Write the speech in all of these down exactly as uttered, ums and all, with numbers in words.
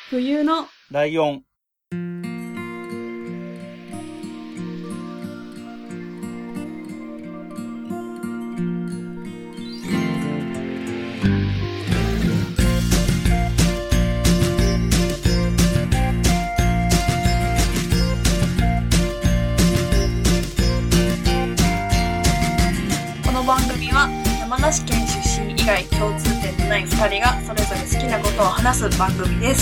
冬のライオン。 この番組は山梨県出身以外共通点のないふたりがそれぞれ好きなことを話す番組です。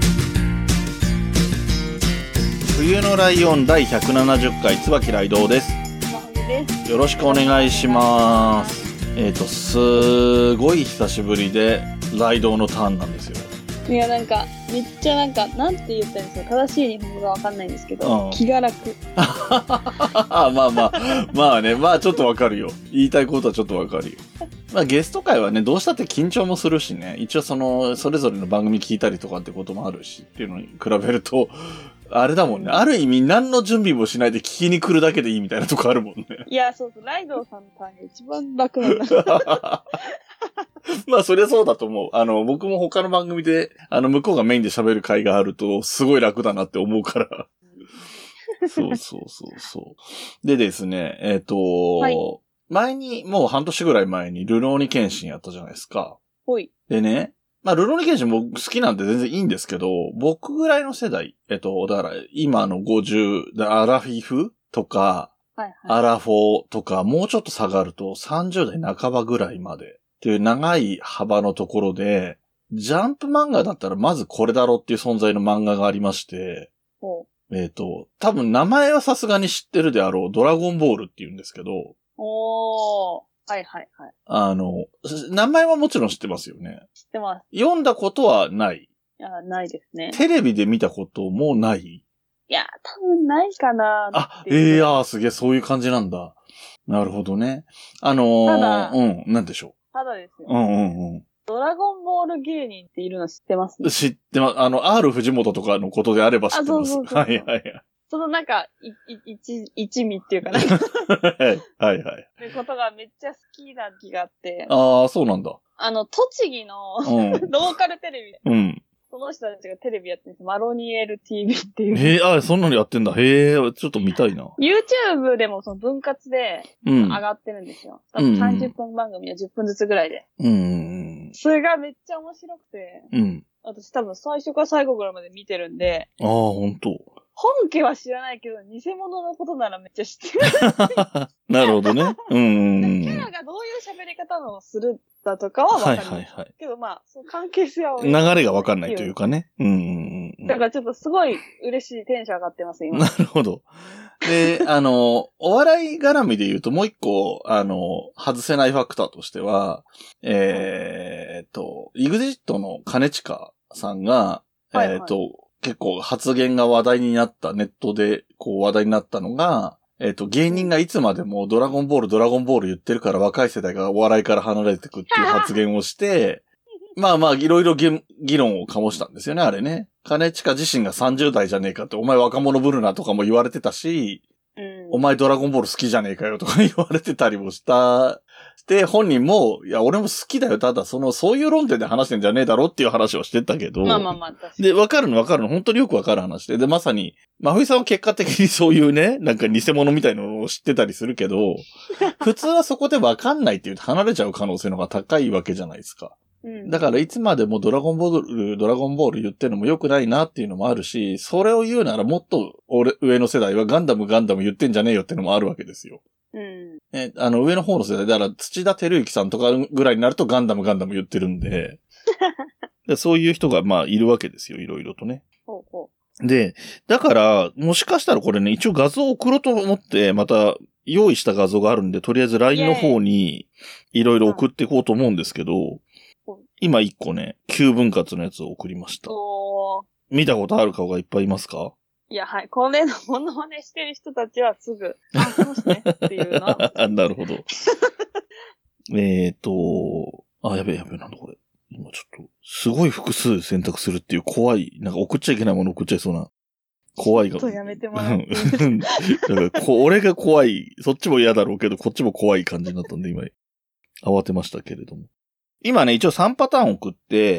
冬のライオンだいひゃくななじゅっかい椿雷道です。 です。 よろしくお願いします。えっとすごい久しぶりで雷道のターンなんですよ。 いやなんかめっちゃなんかなんて言ったんですよ。正しい日本語がわかんないんですけど、うん、気が楽。 まあまあまあね、まあちょっとわかるよ。言いたいことはちょっとわかるよ。まあゲスト会はね、どうしたって緊張もするしね、一応そのそれぞれの番組聞いたりとかってこともあるしっていうのに比べると。あれだもんね。ある意味何の準備もしないで聞きに来るだけでいいみたいなとこあるもんね。 いや、そうそう。ライドウさんのターンが一番楽なんだ。 まあ、そりゃそうだと思う。あの、僕も他の番組で、あの、向こうがメインで喋る回があると、すごい楽だなって思うから。そうそうそうそう。でですね、えっと、はい、前に、もう半年ぐらい前に、ルローニケンシンやったじゃないですか。 ほい。 でね、まあ、ルローニケンシンも好きなんで全然いいんですけど、僕ぐらいの世代、えっと、だから、今のごじゅう、アラフィフとか、 はいはい、 アラフォーとか、もうちょっと下がるとさんじゅうだいなかばぐらいまでっていう長い幅のところで、ジャンプ漫画だったらまずこれだろっていう存在の漫画がありまして、えっと、多分名前はさすがに知ってるであろう、ドラゴンボールって言うんですけど、 おー。はいはいはい。 あの、名前はもちろん知ってますよね。 知ってます。 読んだことはない。 いや、ないですね。 テレビで見たこともない。 いや、多分ないかなーって。 あ、ええー、あーすげえ、そういう感じなんだ。なるほどね。あのー、 ただ、 うん、なんでしょう。 ただですよ。 うんうんうん。 ドラゴンボール芸人っているの知ってます、ね、 知ってます。あの、R 藤本とかのことであれば知ってます。 あ、そうそうそう。 はいはいはい。 そのなんか、い、い、一、一味っていうかな。 はいはいはい。 ってことがめっちゃ好きな気があって。 ああ、そうなんだ。 あの、栃木の、うん、ローカルテレビで。 うん。 その人たちがテレビやってるんです。マロニエル ティーブイ っていう。 へえ、あ、そんなのやってんだ。へえ、ちょっと見たいな。 YouTube でもその分割で上がってるんですよ。うん、さんじゅっぷん番組はじゅっぷんずつぐらいで。 うん。 それがめっちゃ面白くて。 うん。 私多分最初から最後ぐらいまで見てるんで。 ああ、ほんと。 本家は知らないけど、偽物のことならめっちゃ知ってる。 なるほどね。うん。 キャラがどういう喋り方をするだとかは分かる。はいはいはい。けどまあ、その関係性は流れが分かんないというかね。うん。 だからちょっとすごい嬉しい、テンション上がってます、今。 なるほど。で、あの、お笑い絡みで言うともう一個、あの、外せないファクターとしては、えーっと、イグジットの兼近さんが、 はいはい、 えーっと、結構発言が話題になった、ネットでこう話題になったのが、えっと、芸人がいつまでもドラゴンボール、ドラゴンボール言ってるから若い世代がお笑いから離れてくっていう発言をして、まあまあいろいろ議論を醸したんですよね、あれね。兼近自身がさんじゅうだいじゃねえかって、お前若者ぶるなとかも言われてたし、うん、お前ドラゴンボール好きじゃねえかよとか言われてたりもした。で、本人も、いや、俺も好きだよ。ただ、その、そういう論点で話してんじゃねえだろっていう話をしてたけど。 まあまあまあ、確かに。 で、わかるのわかるの。本当によくわかる話で。で、まさに、真冬さんは結果的にそういうね、なんか偽物みたいなのを知ってたりするけど、普通はそこでわかんないって言うと離れちゃう可能性の方が高いわけじゃないですか。うん、だからいつまでもドラゴンボール、ドラゴンボール言ってるのも良くないなっていうのもあるし、それを言うならもっと俺、上の世代はガンダムガンダム言ってんじゃねえよっていうのもあるわけですよ。うん。え、あの、上の方の世代、だから土田照之さんとかぐらいになるとガンダムガンダム言ってるんで、でそういう人がまあいるわけですよ、いろいろとね。 ほうほうで、だから、もしかしたらこれね、一応画像を送ろうと思って、また用意した画像があるんで、とりあえず ライン の方にいろいろ送っていこうと思うんですけど、今一個ね、きゅうぶん割のやつを送りました。 おー。 見たことある顔がいっぱいいますか？ いや、はい。これのモノマネしてる人たちはすぐ、あ、そうですねっていうの。 なるほど。えっと、あ、やべえやべえ、なんだこれ。今ちょっと、すごい複数選択するっていう怖い、なんか送っちゃいけないもの送っちゃいそうな、怖いが。 ちょっとやめてもらっていいですか？ だからこ、俺が怖い、そっちも嫌だろうけど、こっちも怖い感じになったんで、今、慌てましたけれども。今ね、一応さんパターン送って、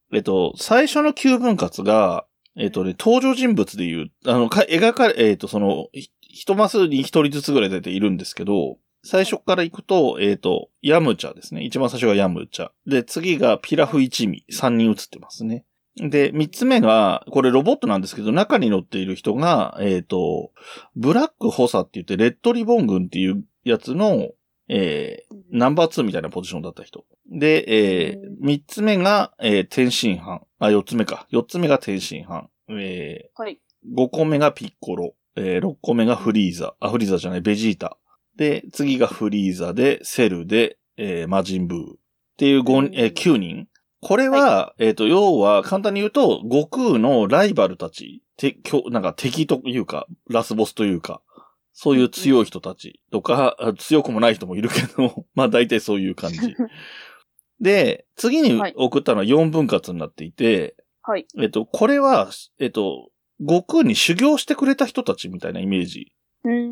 えっと、最初のきゅうぶん割が、えっとね、登場人物でいう、あの、か描かれ、えっと、その、一マスに一人ずつぐらい出ているんですけど、最初から行くと、えっと、ヤムチャですね。一番最初がヤムチャ。で、次がピラフ一味。さんにん映ってますね。で、三つ目が、これロボットなんですけど、中に乗っている人が、えっと、ブラック補佐って言って、レッドリボン軍っていうやつの、えー、ナンバーツーみたいなポジションだった人。で、えー、三つ目が、えー、天津飯。あ、四つ目か。四つ目が天津飯。えー、 はい。 五個目がピッコロ。えー、六個目がフリーザ。あ、フリーザじゃない、ベジータ。で、次がフリーザで、セルで、えー、マジンブー。っていう五、えー、きゅうにん。これは、はい、えっと、要は、簡単に言うと、悟空のライバルたち、て、きょ、なんか敵というか、ラスボスというか、そういう強い人たちとか、強くもない人もいるけど、まあ大体そういう感じ。で、次に送ったのはよんぶん割になっていて、 はい。 えっと、これは、えっと、悟空に修行してくれた人たちみたいなイメージ。 うん。 うん。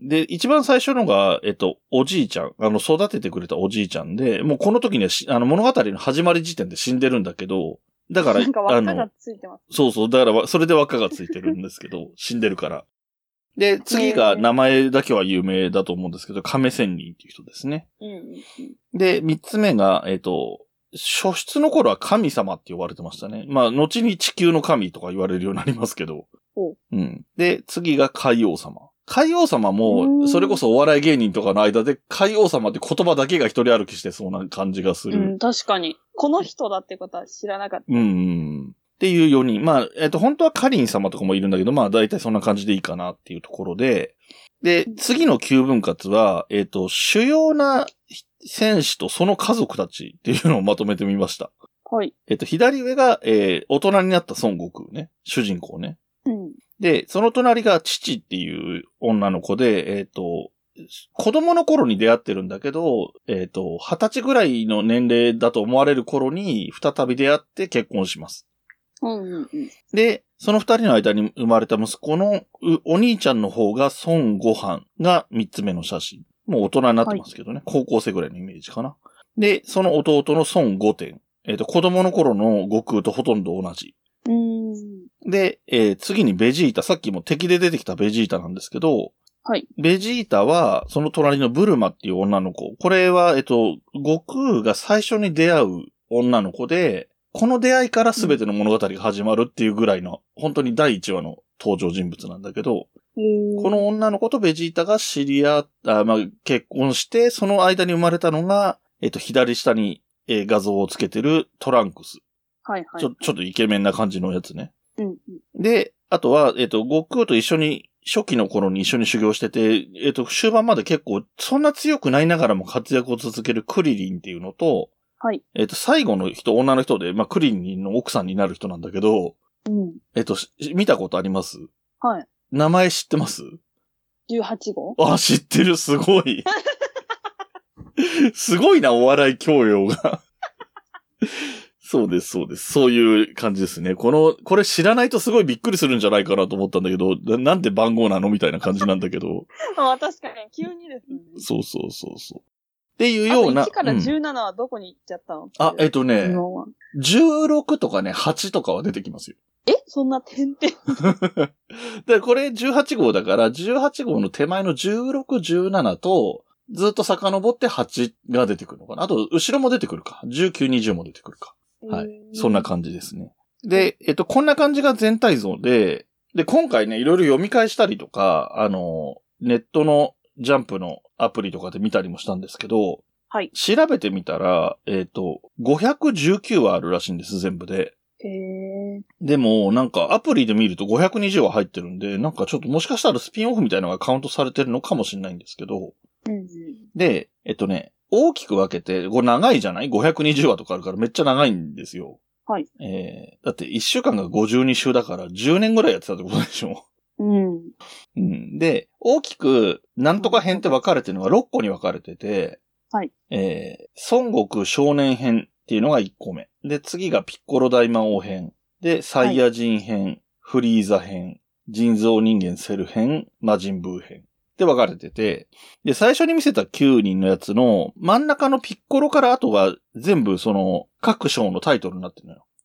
で、一番最初のが、えっと、おじいちゃん。あの、育ててくれたおじいちゃんで、もうこの時にはあの、物語の始まり時点で死んでるんだけど、だから、 なんか輪っかがついてます。 そうそう、だから、それで輪っかがついてるんですけど、死んでるから。で、次が名前だけは有名だと思うんですけど、亀仙人っていう人ですね。 うんうんうん、 で、三つ目が、えっと、初出の頃は神様って呼ばれてましたね。まあ、後に地球の神とか言われるようになりますけど。うん。で、次が海王様。海王様も、それこそお笑い芸人とかの間で、海王様って言葉だけが一人歩きしてそうな感じがする。 うん、確かに。この人だってことは知らなかった。 うん、うん。っていうよにん。まあ、えっと、本当はカリン様とかもいるんだけど、まあ、大体そんな感じでいいかなっていうところで、で、次のきゅうぶん割は、えっと、主要な戦士とその家族たちっていうのをまとめてみました。 はい。 えっと、左上が、えー、大人になった孫悟空ね。主人公ね。 うん。 で、その隣が父っていう女の子で、えっと、子供の頃に出会ってるんだけど、えっと、二十歳ぐらいの年齢だと思われる頃に再び出会って結婚します。 うんうんうん、 で、その二人の間に生まれた息子のお兄ちゃんの方が孫悟飯が三つ目の写真。もう大人になってますけどね。はい、高校生ぐらいのイメージかな。で、その弟の孫悟天。えっと、子供の頃の悟空とほとんど同じ。 うーんで、えー、次にベジータ。さっきも敵で出てきたベジータなんですけど、 はい。 ベジータは、その隣のブルマっていう女の子。これは、えっと、悟空が最初に出会う女の子で、この出会いから全ての物語が始まるっていうぐらいの、うん、本当にだいいちわの登場人物なんだけど、この女の子とベジータが知り合った、まあ、結婚して、その間に生まれたのが、えっと、左下に、えー、画像をつけてるトランクス。 はいはい。 ちょ、ちょっとイケメンな感じのやつね。 うん、 で、あとは、えっと、悟空と一緒に、初期の頃に一緒に修行してて、えっと、終盤まで結構、そんな強くないながらも活躍を続けるクリリンっていうのと、 はい。 えっと、最後の人、女の人で、まあ、クリリンの奥さんになる人なんだけど、 うん。 えっと、見たことあります？ はい。 名前知ってます？ じゅうはちごう？ あ、知ってる、すごい。すごいな、お笑い教養が。そうです、そうです。そういう感じですね。この、これ知らないとすごいびっくりするんじゃないかなと思ったんだけど、な, なんで番号なのみたいな感じなんだけど。 あ、確かに、急にですね。 そうそうそうそう。っていうような。 あといちからじゅうななはどこに行っちゃったの、うん、 あ、えっとね、じゅうろくとかね、はちとかは出てきますよ。 えそんな点々 で、これじゅうはちごうだから、じゅうはちごうの手前のじゅうろく、じゅうななと、ずっと遡ってはちが出てくるのかな。あと、後ろも出てくるか。じゅうきゅう、にじゅうも出てくるか。はい。そんな感じですね。で、えっと、こんな感じが全体像で、で、今回ね、いろいろ読み返したりとか、あの、ネットのジャンプのアプリとかで見たりもしたんですけど、 はい。 調べてみたら、えっと、ごひゃくじゅうきゅうわあるらしいんです、全部で。 へー。 でも、なんかアプリで見るとごひゃくにじゅうわ入ってるんで、なんかちょっともしかしたらスピンオフみたいなのがカウントされてるのかもしれないんですけど、 うんうん、 で、えっとね、大きく分けて、これ長いじゃない ?ごひゃくにじゅうわとかあるからめっちゃ長いんですよ。 はい。 えー、だっていっしゅうかんがごじゅうにしゅうだからじゅうねんぐらいやってたってことでしょ。 うん。 うん。で、大きく、なんとか編って分かれてるのがろっこに分かれてて、 はい。 えー、孫悟空少年編っていうのがいっこめ。で、次がピッコロ大魔王編。で、サイヤ人編、はい、フリーザ編、人造人間セル編、魔人ブー編。で分かれてて、で、最初に見せたきゅうにんのやつの真ん中のピッコロから後が全部その各章のタイトルになってるのよ。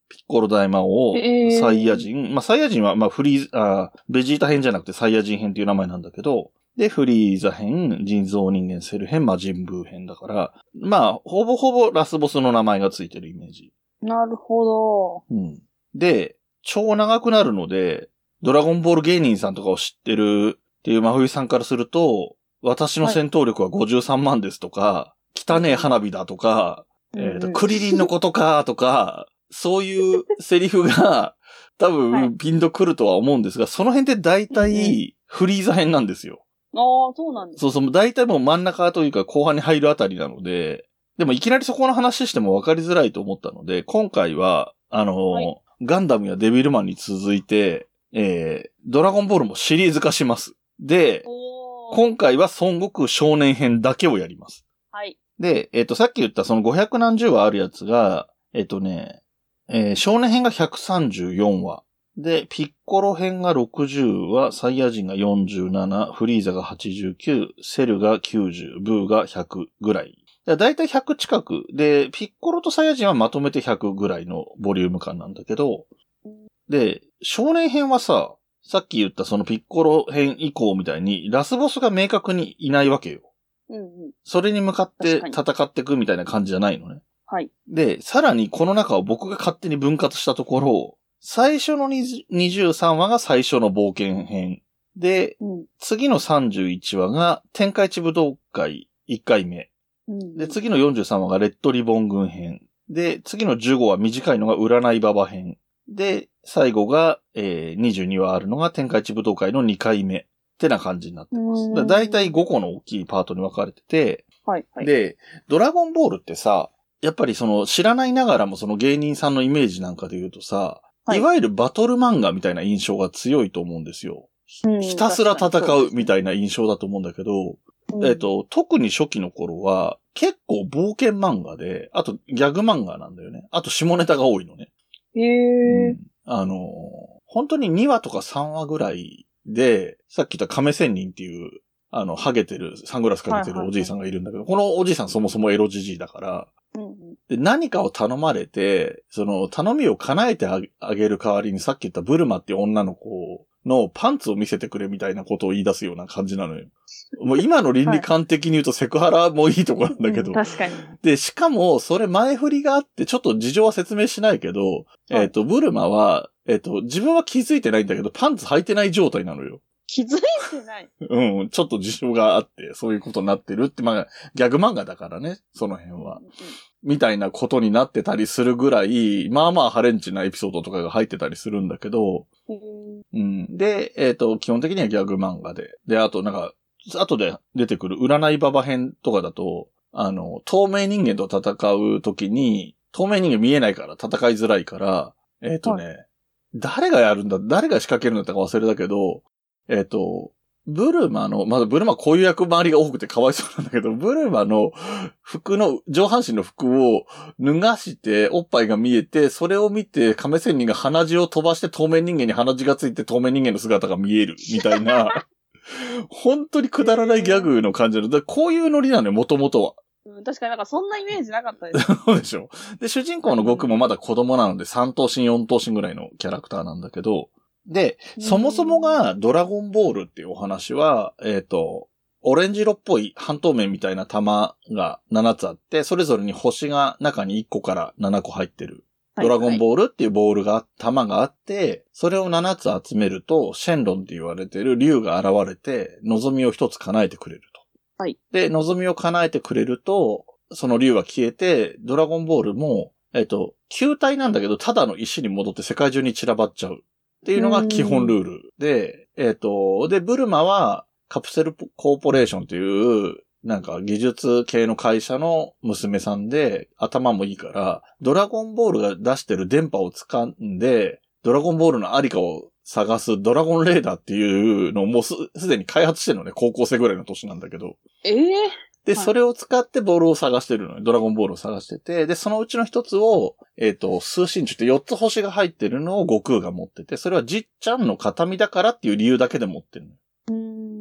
ピッコロ大魔王、サイヤ人、まあ、サイヤ人は、まあ、フリー、あベジータ編じゃなくてサイヤ人編っていう名前なんだけど、で、フリーザ編、人造人間セル編、魔人ブー編だから、まあ、ほぼほぼラスボスの名前がついてるイメージ。 なるほど。 うん。で、超長くなるので、ドラゴンボール芸人さんとかを知ってるっていう真冬さんからすると、私の戦闘力はごじゅうさんまんですとか、はい、汚ねえ花火だとか、うん、えっと、クリリンのことかとか、そういうセリフが多分ピンとくるとは思うんですが、はい、その辺で大体フリーザ編なんですよ。 ああ、そうなんです。 そうそう、大体もう真ん中というか後半に入るあたりなので、でもいきなりそこの話しても分かりづらいと思ったので、今回は、あの、はい、ガンダムやデビルマンに続いて、えー、ドラゴンボールもシリーズ化します。で、今回は孫悟空少年編だけをやります。 はい。 で、えっと、さっき言ったそのごひゃくなんじゅうわあるやつが、えっとね、えー、少年編がひゃくさんじゅうよんわ。で、ピッコロ編がろくじゅうわ、サイヤ人がよんじゅうなな、フリーザがはちじゅうきゅう、セルがきゅうじゅう、ブーがひゃくぐらい。だいたいひゃく近く。で、ピッコロとサイヤ人はまとめてひゃくぐらいのボリューム感なんだけど、で、少年編はさ、さっき言ったそのピッコロ編以降みたいに、ラスボスが明確にいないわけよ。 うんうん、それに向かって戦っていくみたいな感じじゃないのね。 はい。 で、さらにこの中を僕が勝手に分割したところ、最初のにじゅうさんわが最初の冒険編。で、うん、次のさんじゅういちわが天下一武道会いっかいめ。うん、で、次のよんじゅうさんわがレッドリボン軍編。で、次のじゅうごわ短いのが占いババ編。で、最後が、えー、にじゅうにわあるのが天下一武道会のにかいめ。ってな感じになってます。だ, だいたいごこの大きいパートに分かれてて、 はいはい、 で、ドラゴンボールってさ、やっぱりその知らないながらもその芸人さんのイメージなんかで言うとさ、はい、いわゆるバトル漫画みたいな印象が強いと思うんですよ。ひたすら戦うみたいな印象だと思うんだけど、うん、えっと、特に初期の頃は結構冒険漫画で、あとギャグ漫画なんだよね。あと下ネタが多いのね。 へー。 うん、あの、本当ににわとかさんわぐらいで、さっき言った亀仙人っていう、あの、ハゲてる、サングラスかけてるおじいさんがいるんだけど、はいはいはい、このおじいさんそもそもエロじじいだから、 うんうん、 で、何かを頼まれて、その、頼みを叶えてあげる代わりにさっき言ったブルマっていう女の子のパンツを見せてくれみたいなことを言い出すような感じなのよ。もう今の倫理観的に言うとセクハラもいいところなんだけど、 はいうん。確かに。 で、しかも、それ前振りがあって、ちょっと事情は説明しないけど、はい、えっと、ブルマは、えっと、自分は気づいてないんだけど、パンツ履いてない状態なのよ。 気づいてないうん、ちょっと事情があって、そういうことになってるって、まあ、ギャグ漫画だからね、その辺は。うんうん、みたいなことになってたりするぐらい、まあまあハレンチなエピソードとかが入ってたりするんだけど、うん、で、えっと、基本的にはギャグ漫画で。で、あとなんか、後で出てくる占いババ編とかだと、あの、透明人間と戦うときに、透明人間見えないから戦いづらいから、えっとね、はい、誰がやるんだ、誰が仕掛けるんだったか忘れたけど、えっと、ブルマの、まだブルマこういう役回りが多くてかわいそうなんだけど、ブルマの服の、上半身の服を脱がしておっぱいが見えて、それを見て亀仙人が鼻血を飛ばして透明人間に鼻血がついて透明人間の姿が見えるみたいな、本当にくだらないギャグの感じなの。だこういうノリなのよ、もともとは。 うん、確かになんかそんなイメージなかったです。 そうでしょ。で、主人公の悟空もまだ子供なのでさん頭身よん頭身ぐらいのキャラクターなんだけど、で、そもそもがドラゴンボールっていうお話は、えっと、オレンジ色っぽい半透明みたいな玉がななつあって、それぞれに星が中にいっこからななこ入ってる。ドラゴンボールっていうボールが、玉があって、それをななつ集めると、シェンロンって言われてる竜が現れて、望みを一つ叶えてくれると。 はい。 で、望みを叶えてくれると、その竜は消えて、ドラゴンボールも、えっと、球体なんだけど、ただの石に戻って世界中に散らばっちゃう。っていうのが基本ルールで、えっと、で、ブルマはカプセルコーポレーションという、なんか技術系の会社の娘さんで、頭もいいから、ドラゴンボールが出してる電波を掴んで、ドラゴンボールのありかを探すドラゴンレーダーっていうのをもうす、すでに開発してるのね、高校生ぐらいの年なんだけど。 ええーで、それを使ってボールを探してるのよ。ドラゴンボールを探してて、で、そのうちの一つを、えっと、通信中ってよっつ星が入ってるのを悟空が持ってて、それはじっちゃんの形見だからっていう理由だけで持ってるのよ。 うーん 、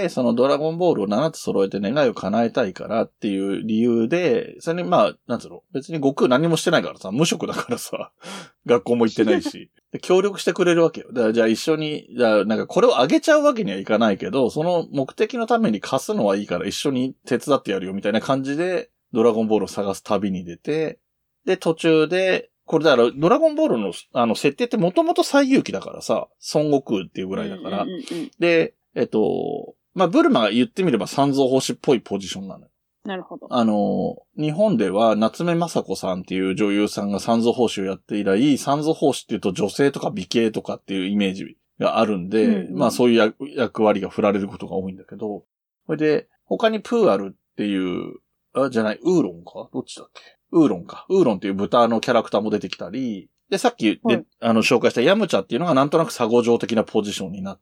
そのドラゴンボールをななつ揃えて願いを叶えたいからっていう理由で、それにまあ、なんつうの、別に悟空何もしてないからさ、無職だからさ、学校も行ってないし、協力してくれるわけよ。だからじゃあ一緒に、じゃあなんかこれをあげちゃうわけにはいかないけど、その目的のために貸すのはいいから一緒に手伝ってやるよみたいな感じで、ドラゴンボールを探す旅に出て、で、途中で、これだから、ドラゴンボールの、あの、設定ってもともと最勇気だからさ、孫悟空っていうぐらいだから。 うんうんうんうん、 で、えっと、まあ、ブルマが言ってみれば三蔵法師っぽいポジションなのよ。 なるほど。 あの、日本では夏目雅子さんっていう女優さんが三蔵法師をやって以来、三蔵法師っていうと女性とか美形とかっていうイメージがあるんで、うんうん、まあそういう 役, 役割が振られることが多いんだけど、それで、他にプーアルっていう、あ、じゃない、ウーロンかどっちだっけウーロンか。ウーロンっていう豚のキャラクターも出てきたり、で、さっきで、はい、あの、紹介したヤムチャっていうのがなんとなく佐護城的なポジションになって、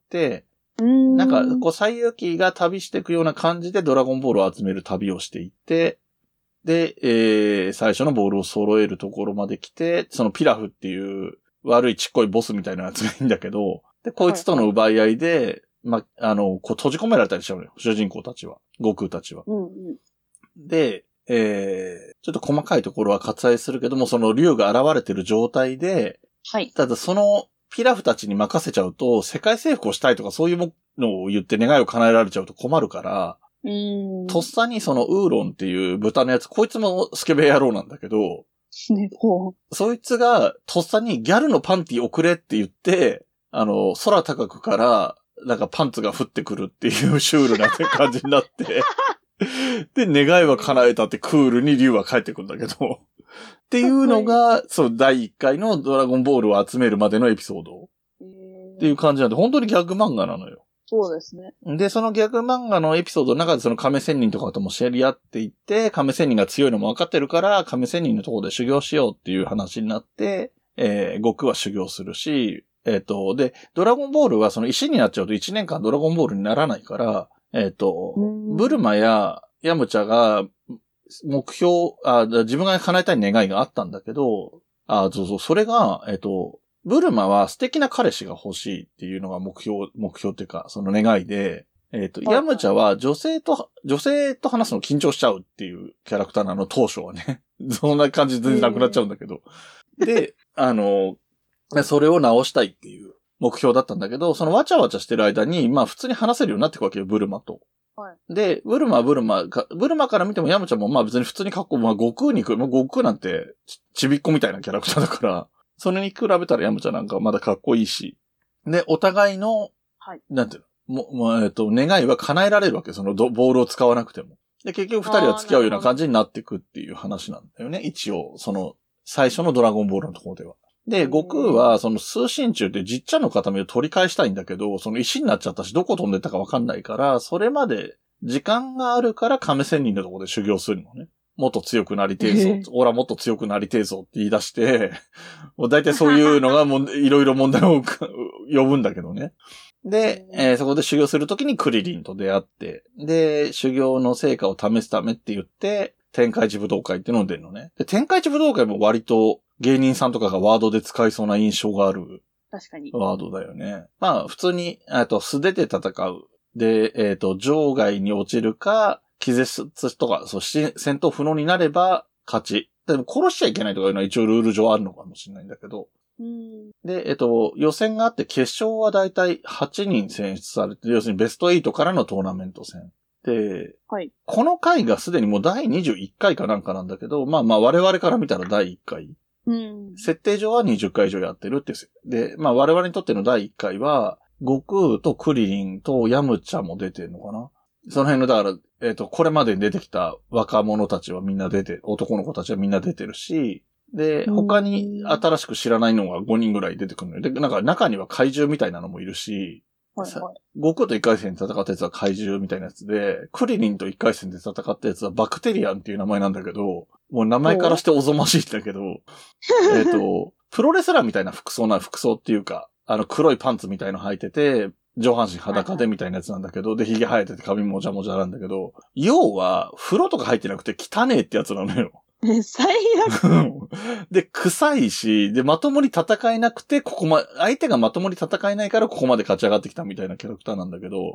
んなんか、こう、西遊記が旅していくような感じでドラゴンボールを集める旅をしていって、で、えー、最初のボールを揃えるところまで来て、そのピラフっていう悪いちっこいボスみたいなやつがいいんだけど、で、こいつとの奪い合いで、はい、ま、あの、こう閉じ込められたりしちゃうのよ。主人公たちは。悟空たちは。 うんうん、 で、えー、ちょっと細かいところは割愛するけども、その竜が現れてる状態で、 はい。 ただそのピラフたちに任せちゃうと、世界征服をしたいとかそういうのを言って願いを叶えられちゃうと困るから、 うーんとっさにそのウーロンっていう豚のやつ、こいつもスケベ野郎なんだけど、 ね、ほう。 そいつがとっさにギャルのパンティ送れって言って、あの、空高くから、なんかパンツが降ってくるっていうシュールな感じになって、で、願いは叶えたってクールに竜は帰ってくるんだけど。っていうのが、そう、だいいっかいのドラゴンボールを集めるまでのエピソード。っていう感じなんで、本当にギャグ漫画なのよ。 そうですね。 で、そのギャグ漫画のエピソードの中でその亀仙人とかとも知り合っていって、亀仙人が強いのも分かってるから、亀仙人のところで修行しようっていう話になって、えー、悟空は修行するし、えっと、で、ドラゴンボールはその石になっちゃうといちねんかんドラゴンボールにならないから、えっと、ブルマやヤムチャが目標あ、自分が叶えたい願いがあったんだけど、あ、そうそう、それが、えっと、ブルマは素敵な彼氏が欲しいっていうのが目標、目標っていうか、その願いで、えっと、ヤムチャは女性と、女性と話すの緊張しちゃうっていうキャラクターなの、当初はね。そんな感じで全然なくなっちゃうんだけど。で、あの、それを直したいっていう目標だったんだけど、そのわちゃわちゃしてる間に、まあ普通に話せるようになっていくわけよ、ブルマと。 はい、 で、ブルマはブルマか、ブルマから見てもヤムチャもまあ別に普通に格好、まあ悟空に来る、まあ悟空なんてち、ちびっこみたいなキャラクターだから、それに比べたらヤムチャなんかまだかっこいいし。で、お互いの、 はい、 なんていうの、も、もえっと、願いは叶えられるわけ、そのボールを使わなくても。で、結局二人は付き合うような感じになっていくっていう話なんだよね、一応、その、最初のドラゴンボールのところでは。で、悟空は、その通信中でじっちゃんの形見を取り返したいんだけど、その石になっちゃったし、どこ飛んでったかわかんないから、それまで時間があるから亀仙人のところで修行するのね。もっと強くなりてえぞ。俺はもっと強くなりてえぞって言い出して、もう大体そういうのがもういろいろ問題を呼ぶんだけどね。で、えー、そこで修行するときにクリリンと出会って、で、修行の成果を試すためって言って、天下一武道会っていうのを出るのね。で、天下一武道会も割と芸人さんとかがワードで使いそうな印象がある。 確かに。 ワードだよね。まあ、普通に、えっと、素手で戦う。で、えっと、場外に落ちるか、気絶とか、そうし、戦闘不能になれば勝ち。でも殺しちゃいけないとかいうのは一応ルール上あるのかもしれないんだけど。 うんで、えっと、予選があって決勝はだいたいはちにん選出されて、要するにベストはちからのトーナメント戦。で、 はい。 この回がすでにもうだいにじゅういっかいかなんかなんだけど、まあまあ我々から見たらだいいっかい。 うん。 設定上はにじゅっかい以上やってるってで、まあ我々にとってのだいいっかいは、悟空とクリリンとヤムチャも出てるのかな。その辺の、だから、えっと、これまでに出てきた若者たちはみんな出て、男の子たちはみんな出てるし、で、他に新しく知らないのがごにんぐらい出てくるのよ。で、なんか中には怪獣みたいなのもいるし、 はいはい、 悟空といっかい戦で戦ったやつは怪獣みたいなやつで、クリリンといっかい戦で戦ったやつはバクテリアンっていう名前なんだけど、もう名前からしておぞましいんだけど、えっと、プロレスラーみたいな服装な、服装っていうか、あの黒いパンツみたいの履いてて、上半身裸でみたいなやつなんだけど、で、髭生えてて髪もじゃもじゃなんだけど、要は、風呂とか入ってなくて汚ねえってやつなのよ。 最悪。 で、臭いし、で、まともに戦えなくて、ここま、相手がまともに戦えないからここまで勝ち上がってきたみたいなキャラクターなんだけど、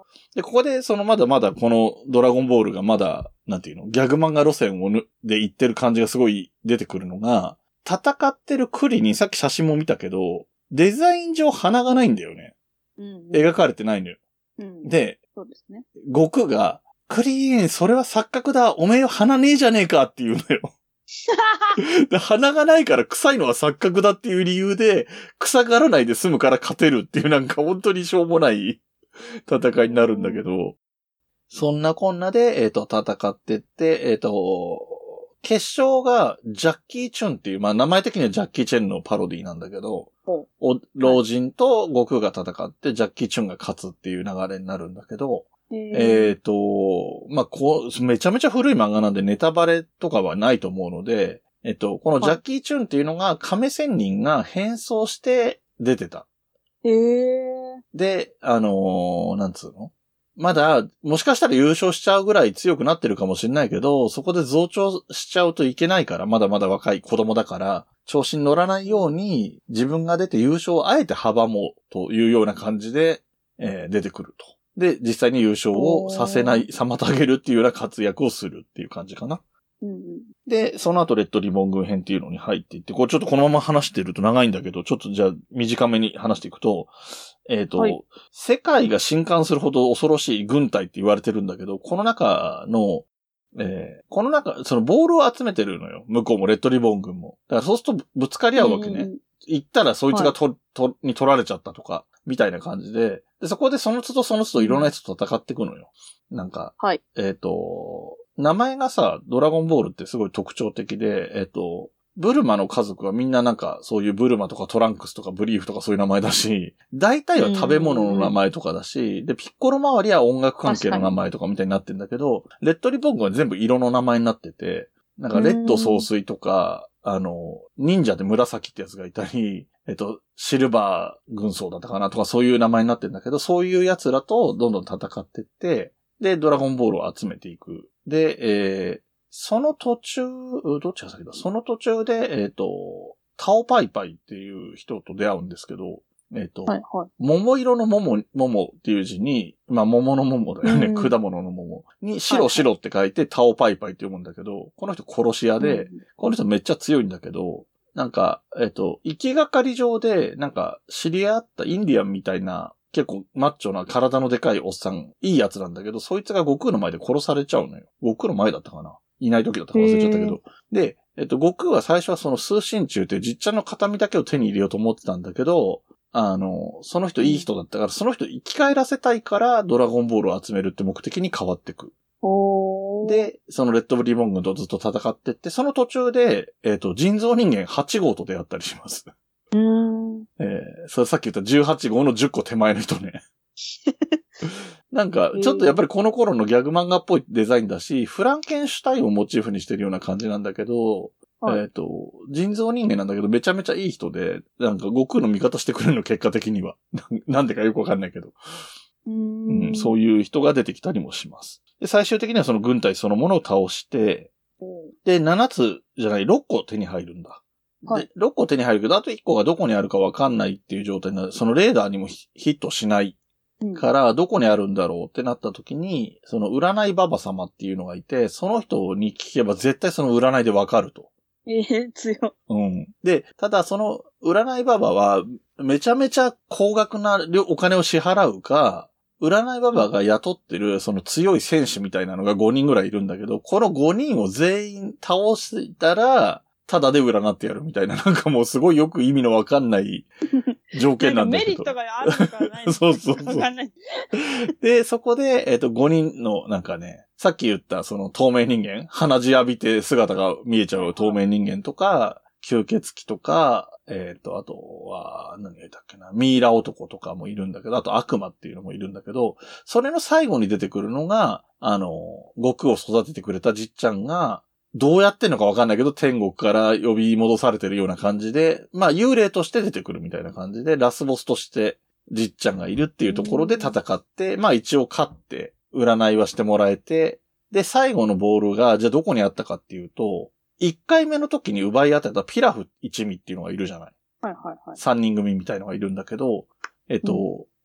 で、ここでそのまだまだこのドラゴンボールがまだ、なんていうの、ギャグ漫画路線をぬで言ってる感じがすごい出てくるのが、戦ってるクリにさっき写真も見たけど、デザイン上鼻がないんだよね。 うんうん、 描かれてないのよ。 うん、 で、 そうですね。 悟空が、クリーン、それは錯覚だ、おめえ鼻ねえじゃねえかって言うのよ。で鼻がないから臭いのは錯覚だっていう理由で、臭がらないで済むから勝てるっていうなんか本当にしょうもない戦いになるんだけど、そんなこんなで、えっと、戦ってって、えっと、決勝がジャッキー・チュンっていう、まあ名前的にはジャッキー・チェンのパロディなんだけど、お老人と悟空が戦ってジャッキー・チュンが勝つっていう流れになるんだけど、えっと、まあ、こう、めちゃめちゃ古い漫画なんでネタバレとかはないと思うので、えっと、このジャッキー・チュンっていうのが亀仙人が変装して出てた。 へー。 で、あのー、なんつうの？まだ、もしかしたら優勝しちゃうぐらい強くなってるかもしれないけど、そこで増長しちゃうといけないから、まだまだ若い子供だから、調子に乗らないように、自分が出て優勝をあえて阻もうというような感じで、えー、出てくると。で、実際に優勝をさせない、妨げるっていうような活躍をするっていう感じかな。 うんうん、 で、その後レッドリボン軍編っていうのに入っていって、これちょっとこのまま話してると長いんだけど、ちょっとじゃあ短めに話していくと、えっと、はい、世界が震撼するほど恐ろしい軍隊って言われてるんだけど、この中の、えー、この中、そのボールを集めてるのよ。向こうもレッドリボン軍も。だからそうするとぶつかり合うわけね。うん、行ったらそいつがと、はい、と、に取られちゃったとか、みたいな感じで、で、そこでその都度その都度いろんなやつと戦っていくのよ。なんか、 はい、 えっと、名前がさ、ドラゴンボールってすごい特徴的で、えっと、ブルマの家族はみんななんかそういうブルマとかトランクスとかブリーフとかそういう名前だし、大体は食べ物の名前とかだし、で、ピッコロ周りは音楽関係の名前とかみたいになってんだけど、レッドリボン軍は全部色の名前になってて、なんかレッド総帥とか、あの、忍者で紫ってやつがいたり、えっと、シルバー軍曹だったかなとかそういう名前になってんだけど、そういうやつらとどんどん戦ってって、で、ドラゴンボールを集めていく。で、えー、その途中、どっちが先だ？その途中で、えっと、タオパイパイっていう人と出会うんですけど、えっと、はいはい、桃色の桃、桃っていう字に、まあ桃の桃だよね、果物の桃に白白って書いてタオパイパイって読むんだけど、この人殺し屋で、この人めっちゃ強いんだけど、なんか、えっと、行きがかり上で、なんか知り合ったインディアンみたいな、結構マッチョな体のでかいおっさん、いいやつなんだけど、そいつが悟空の前で殺されちゃうのよ。悟空の前だったかないない時だったか忘れちゃったけど。で、えっと、悟空は最初はその通信中っていう実ちゃんの形見だけを手に入れようと思ってたんだけど、あの、その人いい人だったから、その人生き返らせたいからドラゴンボールを集めるって目的に変わってく。で、そのレッドリボン軍とずっと戦ってって、その途中で、えっと、人造人間はち号と出会ったりします。 うーんえー、それさっき言ったじゅうはち号のじゅっこ手前の人ね。なんか、ちょっとやっぱりこの頃のギャグ漫画っぽいデザインだし、フランケンシュタインをモチーフにしてるような感じなんだけど、はい、えっと、人造人間なんだけどめちゃめちゃいい人で、なんか悟空の味方してくれるの結果的には。なんでかよくわかんないけど。 うーん、 うん。そういう人が出てきたりもします。で、最終的にはその軍隊そのものを倒して、で、ななつじゃない、ろっこ手に入るんだ。 はい、 で、ろっこ手に入るけど、あといっこがどこにあるかわかんないっていう状態になる。そのレーダーにもヒットしないから、どこにあるんだろうってなった時に、その占いババ様っていうのがいて、その人に聞けば絶対その占いでわかると。 ええー、強い。 うん。で、ただその占いババは、めちゃめちゃ高額なお金を支払うか、占いババが雇ってるその強い戦士みたいなのがごにんぐらいいるんだけど、このごにんを全員倒したら、ただで占ってやるみたいな、なんかもうすごいよく意味のわかんない条件なんだけど。 メリットがあるのかないのかそうそうそう。 わかんない。 で、そこで、えっと、ごにんの、なんかね、さっき言ったその透明人間、鼻血浴びて姿が見えちゃう透明人間とか、吸血鬼とか、えっと、あとは、何が言ったっけな、ミイラ男とかもいるんだけど、あと悪魔っていうのもいるんだけど、それの最後に出てくるのが、あの、悟空を育ててくれたじっちゃんが、どうやってんのかわかんないけど、天国から呼び戻されてるような感じで、まあ幽霊として出てくるみたいな感じで、ラスボスとしてじっちゃんがいるっていうところで戦って、まあ一応勝って、占いはしてもらえて、で、最後のボールが、じゃあどこにあったかっていうと、いっかいめの時に奪い合ってたピラフ一味っていうのがいるじゃない。 はいはいはい。 さんにん組みたいのがいるんだけど、えっと、うん、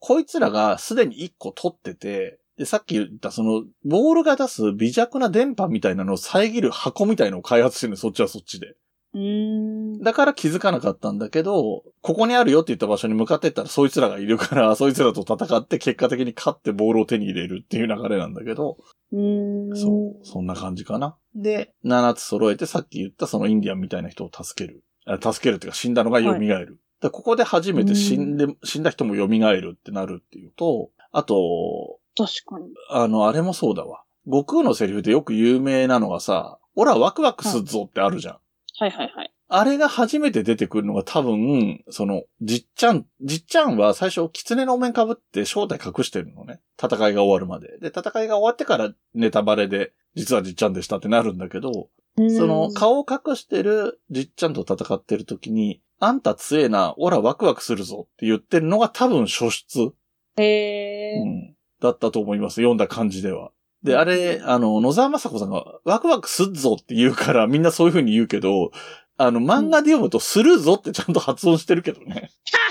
こいつらがすでにいっこ取ってて、で、さっき言ったその、ボールが出す微弱な電波みたいなのを遮る箱みたいなのを開発してるの、そっちはそっちで。 うーん。 だから気づかなかったんだけど、ここにあるよって言った場所に向かってったらそいつらがいるから、そいつらと戦って結果的に勝ってボールを手に入れるっていう流れなんだけど、 うーん。 そう、そんな感じかな。で、ななつ揃えてさっき言ったそのインディアンみたいな人を助ける。あ助けるっていうか死んだのが蘇る。はい、でここで初めて死んで、死んだ人も蘇るってなるっていうと、あと、 確かに。 あの、あれもそうだわ。悟空のセリフでよく有名なのがさ、オラワクワクすっぞってあるじゃん。 はいはいはい。 あれが初めて出てくるのが多分、その、じっちゃん、じっちゃんは最初、狐のお面被って正体隠してるのね。戦いが終わるまで。で、戦いが終わってからネタバレで、実はじっちゃんでしたってなるんだけど、その、顔を隠してるじっちゃんと戦ってる時に、あんた強えな、オラワクワクするぞって言ってるのが多分初出。 へー。 うん。だったと思います。読んだ感じでは。で、あれ、あの、野沢雅子さんがワクワクすっぞって言うからみんなそういう風に言うけど、あの、漫画で読むとするぞってちゃんと発音してるけどね。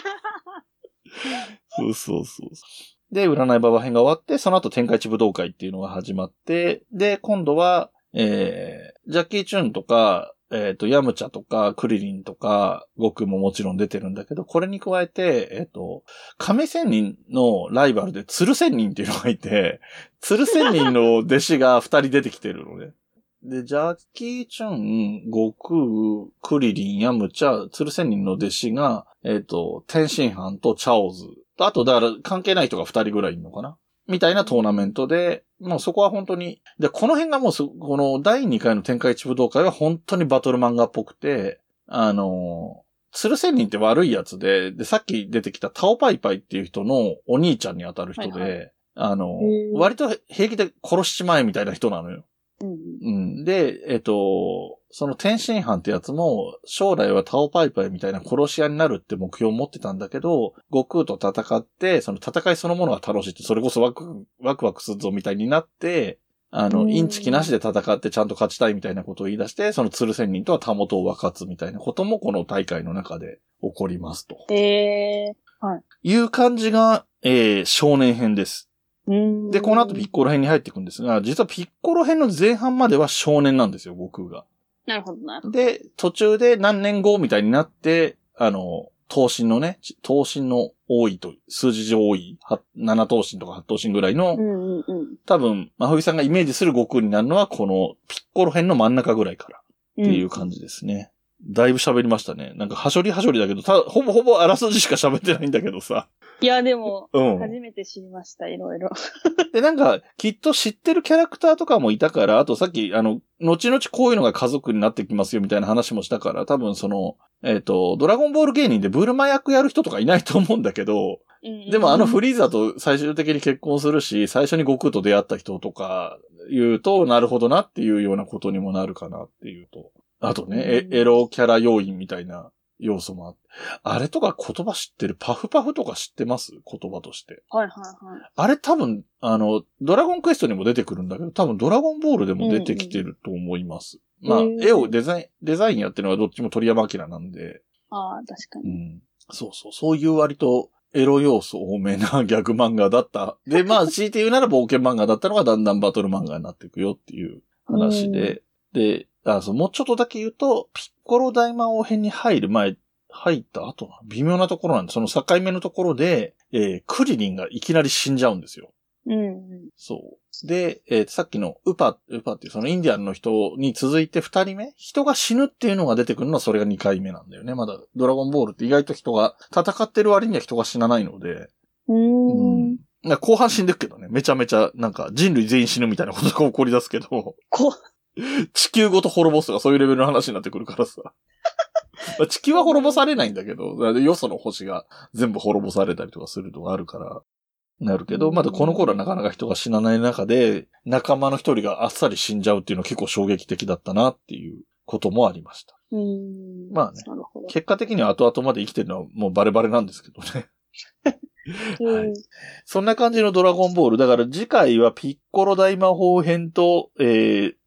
そうそうそう。で、占いババ編が終わって、その後天下一武道会っていうのが始まって、で、今度は、えー、ジャッキー・チュンとか、えっと、ヤムチャとか、クリリンとか、悟空ももちろん出てるんだけど、これに加えて、えっと、亀仙人のライバルで鶴仙人っていうのがいて、鶴仙人の弟子が二人出てきてるのね。で、ジャッキー・チュン、悟空、クリリン、ヤムチャ、鶴仙人の弟子が、えっと、天津飯とチャオズ。あと、だから関係ない人が二人ぐらいいるのかなみたいなトーナメントで、もうそこは本当に、で、この辺がもうす、このだいにかいの天下一武道会は本当にバトル漫画っぽくて、あの、鶴仙人って悪いやつで、で、さっき出てきたタオパイパイっていう人のお兄ちゃんに当たる人で、はいはい、あの、割と平気で殺しちまえみたいな人なのよ。 うんうん、で、えっと、その天津飯ってやつも、将来はタオパイパイみたいな殺し屋になるって目標を持ってたんだけど、悟空と戦って、その戦いそのものが楽しいって、それこそワクワクワクするぞみたいになって、あの、インチキなしで戦ってちゃんと勝ちたいみたいなことを言い出して、その鶴仙人とはたもとを分かつみたいなこともこの大会の中で起こりますと。 へー。はい。 いう感じが、えー、少年編です。で、この後ピッコロ編に入っていくんですが、実はピッコロ編の前半までは少年なんですよ、悟空が。 なるほどな。 で、途中で何年後みたいになって、あの、頭身のね、頭身の多いと、数字上多い、なな頭身とかはち頭身ぐらいの、 うんうんうん、 多分、真冬さんがイメージする悟空になるのは、このピッコロ編の真ん中ぐらいからっていう感じですね。うん、だいぶ喋りましたね。なんか、はしょりはしょりだけど、たほぼほぼあらすじしか喋ってないんだけどさ。 いや、でも、 うん、 初めて知りました、いろいろ。 で、なんか、きっと知ってるキャラクターとかもいたから、あとさっき、あの、後々こういうのが家族になってきますよみたいな話もしたから、多分その、えっと、ドラゴンボール芸人でブルマ役やる人とかいないと思うんだけど、 うんうん、 でもあのフリーザと最終的に結婚するし、最初に悟空と出会った人とか言うと、なるほどなっていうようなことにもなるかなっていうと。あとね、うん、エロキャラ要因みたいな要素もあって。あれとか言葉知ってる？パフパフとか知ってます？言葉として。 はいはいはい。 あれ多分、あの、ドラゴンクエストにも出てくるんだけど、多分ドラゴンボールでも出てきてると思います。うんうん、まあ、絵をデザイン、デザインやってるのはどっちも鳥山明なんで。 ああ、確かに。 うん。そうそう、そういう割とエロ要素多めなギャグ漫画だった。で、まあ、強いて言うなら冒険漫画だったのがだんだんバトル漫画になっていくよっていう話で。で、あそう、もうちょっとだけ言うと、ピッコロ大魔王編に入る前、入った後な、微妙なところなんで、その境目のところで、えー、クリリンがいきなり死んじゃうんですよ。 うん、うん。 そう。で、えー、さっきのウパ、ウパっていうそのインディアンの人に続いて二人目、人が死ぬっていうのが出てくるのはそれが二回目なんだよね。まだドラゴンボールって意外と人が、戦ってる割には人が死なないので。 うーん。 うん。後半死んでるけどね。めちゃめちゃ、なんか人類全員死ぬみたいなことが起こり出すけど。 こ地球ごと滅ぼすとかそういうレベルの話になってくるからさ。地球は滅ぼされないんだけど、よその星が全部滅ぼされたりとかするのがあるから、なるけど、まだこの頃はなかなか人が死なない中で、仲間の一人があっさり死んじゃうっていうのは結構衝撃的だったなっていうこともありました。 うーんまあね、結果的には後々まで生きてるのはもうバレバレなんですけどね。はい、そんな感じのドラゴンボール。だから次回はピッコロ大魔法編と、えー、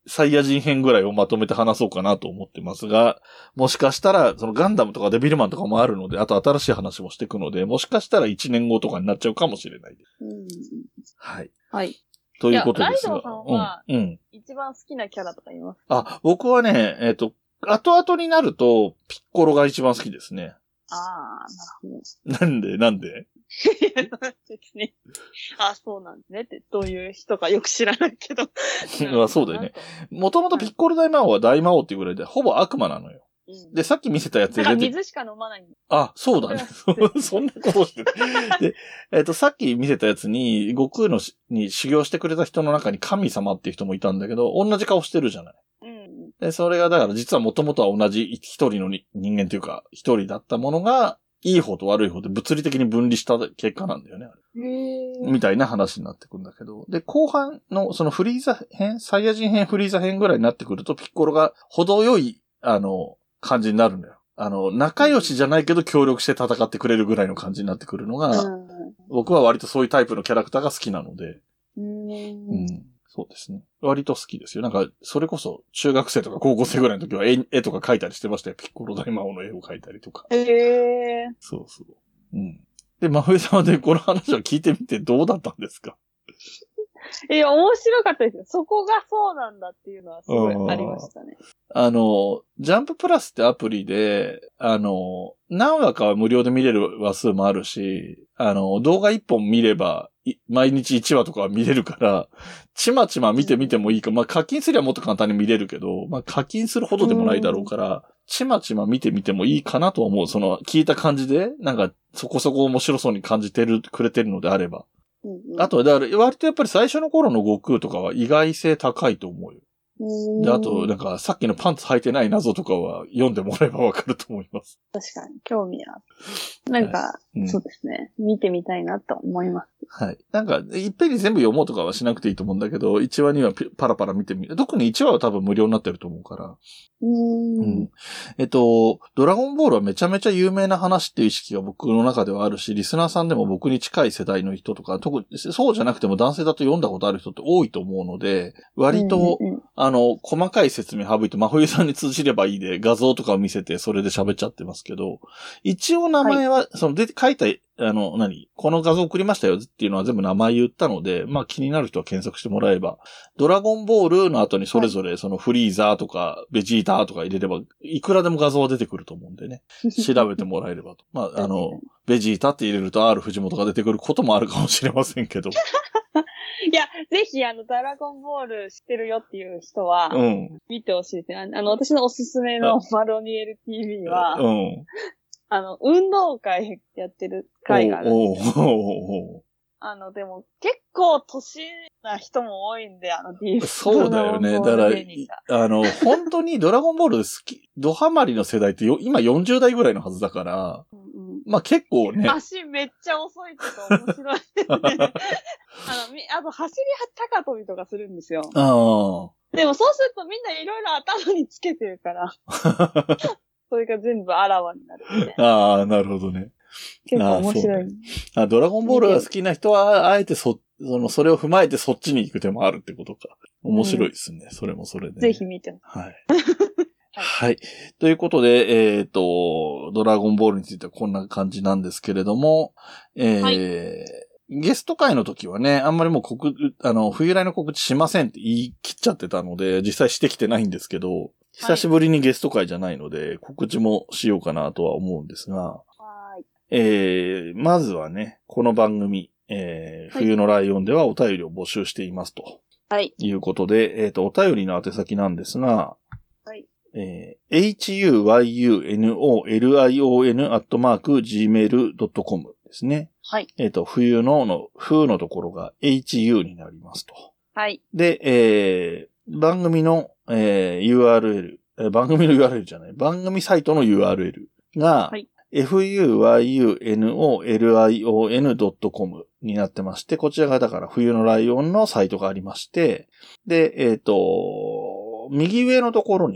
サイヤ人編ぐらいをまとめて話そうかなと思ってますが、もしかしたら、そのガンダムとかデビルマンとかもあるので、あと新しい話もしていくので、もしかしたらいちねんごとかになっちゃうかもしれない。 うん、 はい。 はい。 ということですが。 ライドさんは、うん。一番好きなキャラとかいます？ あ、僕はね、えっと、後々になると、ピッコロが一番好きですね。 ああ、なるほど。なんでなんでいや、ですね。あ、そうなんですねって、どういう人かよく知らないけど。 まあそうだよね。もともとピッコロ大魔王は大魔王っていうぐらいで、ほぼ悪魔なのよ。うん、で、さっき見せたやつで出て。だから水しか飲まないんだ。 あ、そうだね。そんなことしてる。で、えっと、さっき見せたやつに、悟空のに修行してくれた人の中に神様っていう人もいたんだけど、同じ顔してるじゃない。うん、で、それがだから実はもともとは同じ一人の人間というか、一人だったものが、いい方と悪い方で物理的に分離した結果なんだよね。みたいな話になってくるんだけど。で、後半のそのフリーザ編、サイヤ人編、フリーザ編ぐらいになってくると、ピッコロが程よい、あの、感じになるんだよ。あの、仲良しじゃないけど協力して戦ってくれるぐらいの感じになってくるのが、うん、僕は割とそういうタイプのキャラクターが好きなので。うん、うんそうですね。割と好きですよ。なんか、それこそ、中学生とか高校生ぐらいの時は絵、絵とか描いたりしてましたよ。ピッコロ大魔王の絵を描いたりとか。 へえー。 そうそう。うん。で、真冬さんはね、この話を聞いてみてどうだったんですか？ いや、面白かったですよ。そこがそうなんだっていうのはすごいありましたね。 あの、ジャンププラスってアプリで、あの、何話かは無料で見れる話数もあるし、あの、動画一本見れば、毎日いちわとかは見れるから、ちまちま見てみてもいいか、まあ課金すりゃもっと簡単に見れるけど、まあ課金するほどでもないだろうから、ちまちま見てみてもいいかなと思う。その、聞いた感じで、なんか、そこそこ面白そうに感じてる、くれてるのであれば。あと、だから、割とやっぱり最初の頃の悟空とかは意外性高いと思うよ。で、あと、なんか、さっきのパンツ履いてない謎とかは読んでもらえばわかると思います。 確かに、興味ある。なんか、はいうん、そうですね。見てみたいなと思います。 はい。なんか、いっぺんに全部読もうとかはしなくていいと思うんだけど、いちわにはパラパラ見てみる。特にいちわは多分無料になってると思うから。うーん、うん。えっと、ドラゴンボールはめちゃめちゃ有名な話っていう意識が僕の中ではあるし、リスナーさんでも僕に近い世代の人とか、特にそうじゃなくても男性だと読んだことある人って多いと思うので、割と、うんうん、あの、細かい説明省いて真冬さんに通じればいいで、画像とかを見せてそれで喋っちゃってますけど、一応名前は、はい、そので書いた、あの、何この画像送りましたよっていうのは全部名前言ったので、まあ気になる人は検索してもらえば、ドラゴンボールの後にそれぞれそのフリーザーとかベジーターとか入れれば、いくらでも画像は出てくると思うんでね。調べてもらえればと。まあ、あの、ベジータって入れると R 藤本が出てくることもあるかもしれませんけど。 いや、ぜひ、あの、ドラゴンボール知ってるよっていう人は、うん。見てほしいですね。あの、私のおすすめのマロニエル ティーブイ は、うん。あの、運動会やってる会があるんですよ。おうおうおうあの、でも、結構年な人も多いんで、あの ディーブイ。 そうだよね。だから、あの、本当にドラゴンボール好き、ドハマりの世代ってよ今よんじゅう代ぐらいのはずだから、うんうん、まあ結構ね。 足めっちゃ遅いとか面白いですね。あの、あと走り高跳びとかするんですよ。あでもそうするとみんないろいろ頭につけてるから。それが全部あらわになるみたいな。 ああ、なるほどね。 結構面白い。あ、 ね、あドラゴンボールが好きな人は、あえてそ、その、それを踏まえてそっちに行く手もあるってことか。面白いですね。うん、それもそれで、ね。 ぜひ見て。 はい。はい。ということで、えっ、ー、と、ドラゴンボールについてはこんな感じなんですけれども、えー、はい、ゲスト会の時はね、あんまりもう告、あの、冬来の告知しませんって言い切っちゃってたので、実際してきてないんですけど、久しぶりにゲスト会じゃないので、はい、告知もしようかなとは思うんですが、はいえー、まずはね、この番組、えー、冬のライオンではお便りを募集していますと。はい。いうことで、えっと、お便りの宛先なんですが、はい。えー、エイチユーワイユーエヌオーエルアイオーエヌ アットマーク ジーメールドットコム ですね。はい。えっと、冬のの、風のところが エイチユー になりますと。はい。で、えー、番組の、えー、ユーアールエル、えー、番組の ユーアールエル じゃない、番組サイトの ユーアールエル が、はい。フユーワイユーエヌオーエルアイオーエヌドットコム になってまして、こちらがだから冬のライオンのサイトがありまして、で、えっと、右上のところにね、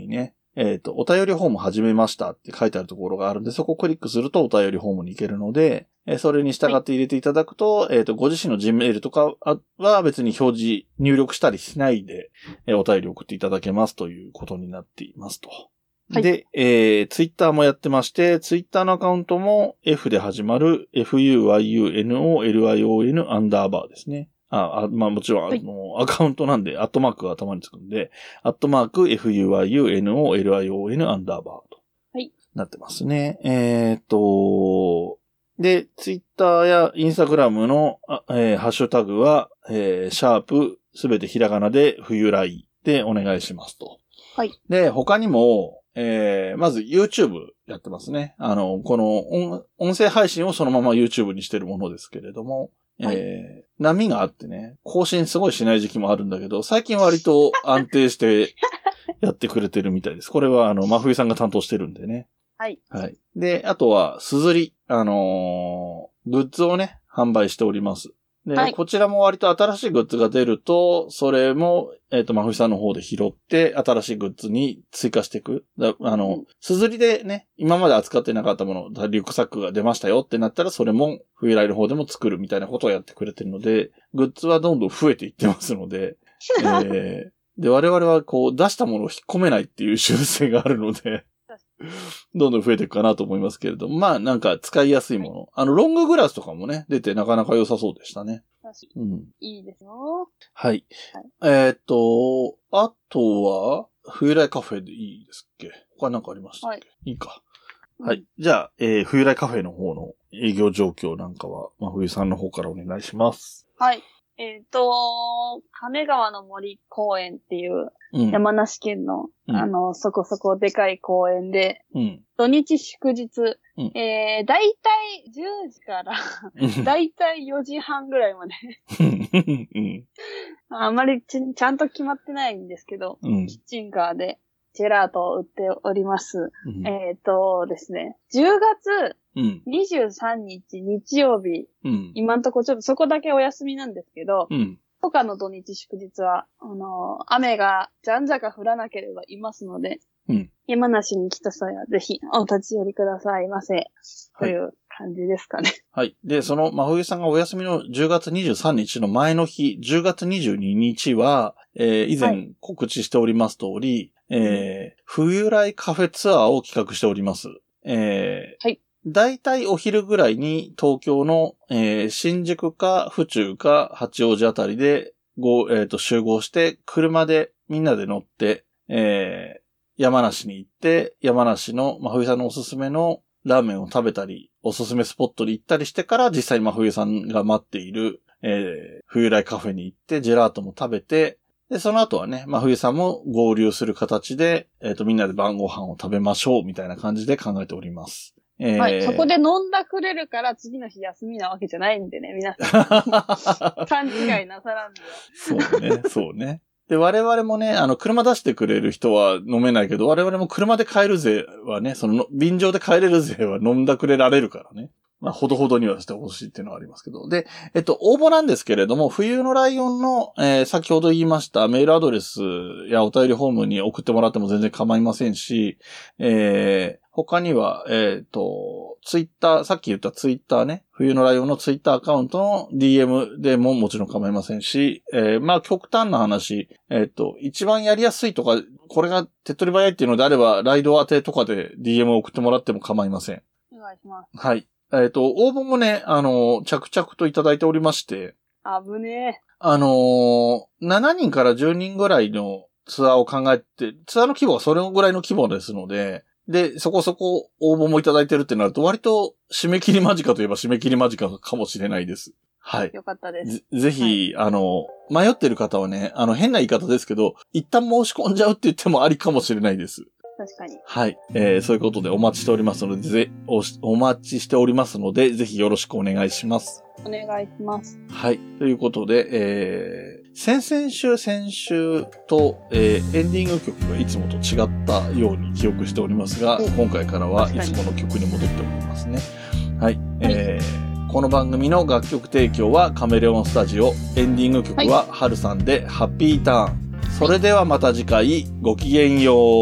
えっと、お便りフォーム始めましたって書いてあるところがあるんで、そこをクリックするとお便りフォームに行けるので、えー、それに従って入れていただくと、はい、えっと、ご自身の Gmail とかは別に表示、入力したりしないで、えー、お便り送っていただけますということになっていますと。はい、で、えー、Twitter もやってまして、Twitter のアカウントも F で始まる フユーアイユーエヌオーエルアイオーエヌ アンダーバーですね。あ、あまあもちろん、はい、あの、アカウントなんで、アットマークが頭につくんで、アットマーク フユーアイユーエヌオーエルアイオーエヌ アンダーバーと。はい。なってますね。えー、っと、で、ツイッターやインスタグラムの、えー、ハッシュタグは、えー、シャープ、すべてひらがなで、冬来でお願いしますと。はい。で、他にも、えー、まず YouTube やってますね。あの、この音、音声配信をそのまま YouTube にしてるものですけれども、はい、えー、波があってね、更新すごいしない時期もあるんだけど、最近割と安定してやってくれてるみたいです。これはあの、真冬さんが担当してるんでね。はい。はい。で、あとは、すずり、あのー、グッズをね、販売しております。で、はい、こちらも割と新しいグッズが出ると、それも、えっと、真冬さんの方で拾って、新しいグッズに追加していく。だあの、すずりでね、今まで扱ってなかったもの、リュックサックが出ましたよってなったら、それも冬来の方でも作るみたいなことをやってくれてるので、グッズはどんどん増えていってますので、えー、で、我々はこう、出したものを引っ込めないっていう習性があるので、どんどん増えていくかなと思いますけれども、まあなんか使いやすいもの。あの、ロンググラスとかもね、出てなかなか良さそうでしたね。うん。いいですよ。はい。はい、えー、っと、あとは、冬来カフェでいいですっけ？他なんかありましたっけ？はい、いいか。はい。うん、じゃあ、えー、冬来カフェの方の営業状況なんかは、真冬さんの方からお願いします。 はい。えっ、ー、と、亀川の森公園っていう、山梨県の、うん、あの、そこそこでかい公園で、うん、土日祝日、うん、えー、だいたいじゅうじから、だいたいよじはんぐらいまで、うん、あんまりち、ちゃんと決まってないんですけど、うん、キッチンカーでジェラートを売っております。うん、えっ、ー、とですね、じゅうがつ、にじゅうさんにち日曜日、うん、今んとこちょっとそこだけお休みなんですけど、うん、他の土日祝日は、あのー、雨がじゃんじゃか降らなければいますので、うん、山梨に来た際はぜひお立ち寄りくださいませ。はい、という感じですかね。 はい。で、その真冬さんがお休みのじゅうがつにじゅうさんにちの前の日、じゅうがつにじゅうににちは、えー、以前告知しております通り、はい、えー、冬来カフェツアーを企画しております。えー、はい。だいたいお昼ぐらいに東京の、えー、新宿か府中か八王子あたりでご、えーと、集合して車でみんなで乗って、えー、山梨に行って山梨の真冬さんのおすすめのラーメンを食べたりおすすめスポットに行ったりしてから実際に真冬さんが待っている、えー、冬来カフェに行ってジェラートも食べてで、その後はね、真冬さんも合流する形で、えっと、みんなで晩ご飯を食べましょうみたいな感じで考えております。 えー、はい。そこで飲んだくれるから次の日休みなわけじゃないんでね、皆さん。勘違いなさらんで。 そうね、そうね。で、我々もね、あの、車出してくれる人は飲めないけど、我々も車で帰る税はね、その、便乗で帰れる税は飲んだくれられるからね。まあ、ほどほどにはしてほしいっていうのはありますけど。で、えっと、応募なんですけれども、冬のライオンの、えー、先ほど言いましたメールアドレスやお便りフォームに送ってもらっても全然構いませんし、えー、他には、えっと、ツイッター、さっき言ったツイッターね、冬のライオンのツイッターアカウントの ディーエム でももちろん構いませんし、えー、まあ、極端な話、えっと、一番やりやすいとか、これが手っ取り早いっていうのであれば、ライド当てとかで ディーエム を送ってもらっても構いません。 お願いします。 はい。えっと、応募もね、あの、着々といただいておりまして。 あぶねえ。 あのー、しちにんからじゅうにんぐらいのツアーを考えて、ツアーの規模はそれぐらいの規模ですので、で、そこそこ応募もいただいてるってなると、割と締め切り間近といえば締め切り間近かもしれないです。はい。 よかったです。 ぜ, ぜひ、はい、あの、迷ってる方はね、あの、変な言い方ですけど、一旦申し込んじゃうって言ってもありかもしれないです。 確かに。 はい。えー、そういうことでお待ちしておりますので、ぜ、お、お待ちしておりますので、ぜひよろしくお願いします。 お願いします。 はい。ということで、えー、先々週、先週と、えー、エンディング曲がいつもと違ったように記憶しておりますが、今回からはいつもの曲に戻っておりますね。はい。えー、この番組の楽曲提供はカメレオンスタジオ、エンディング曲はハルさんでハッピーターン。それではまた次回、ごきげんよう。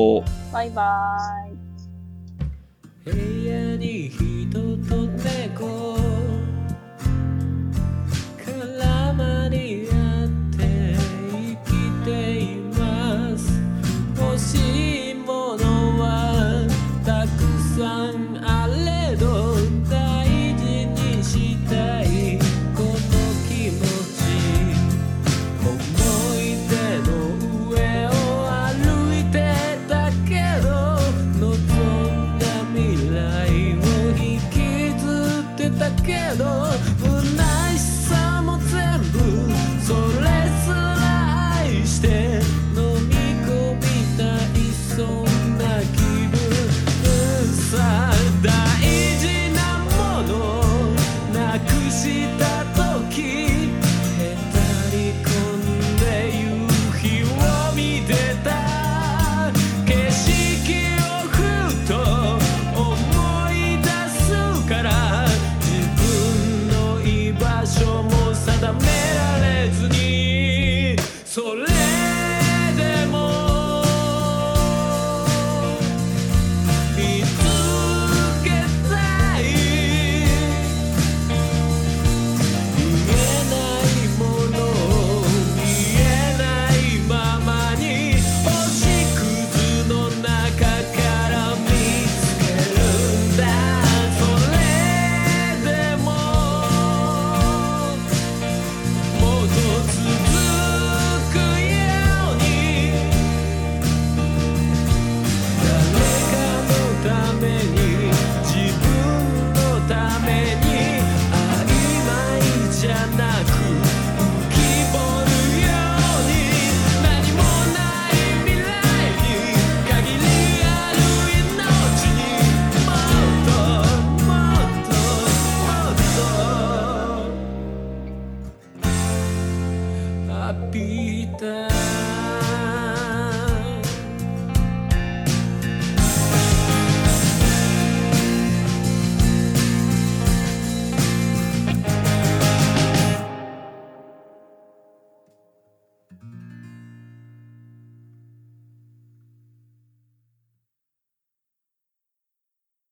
バイバイ。部屋に人と猫絡まり合って生きています。欲しいものはたくさんあれど大事にしたいこの気持ち、思い出の上を歩いてたけど望んだ未来を引きずってたけど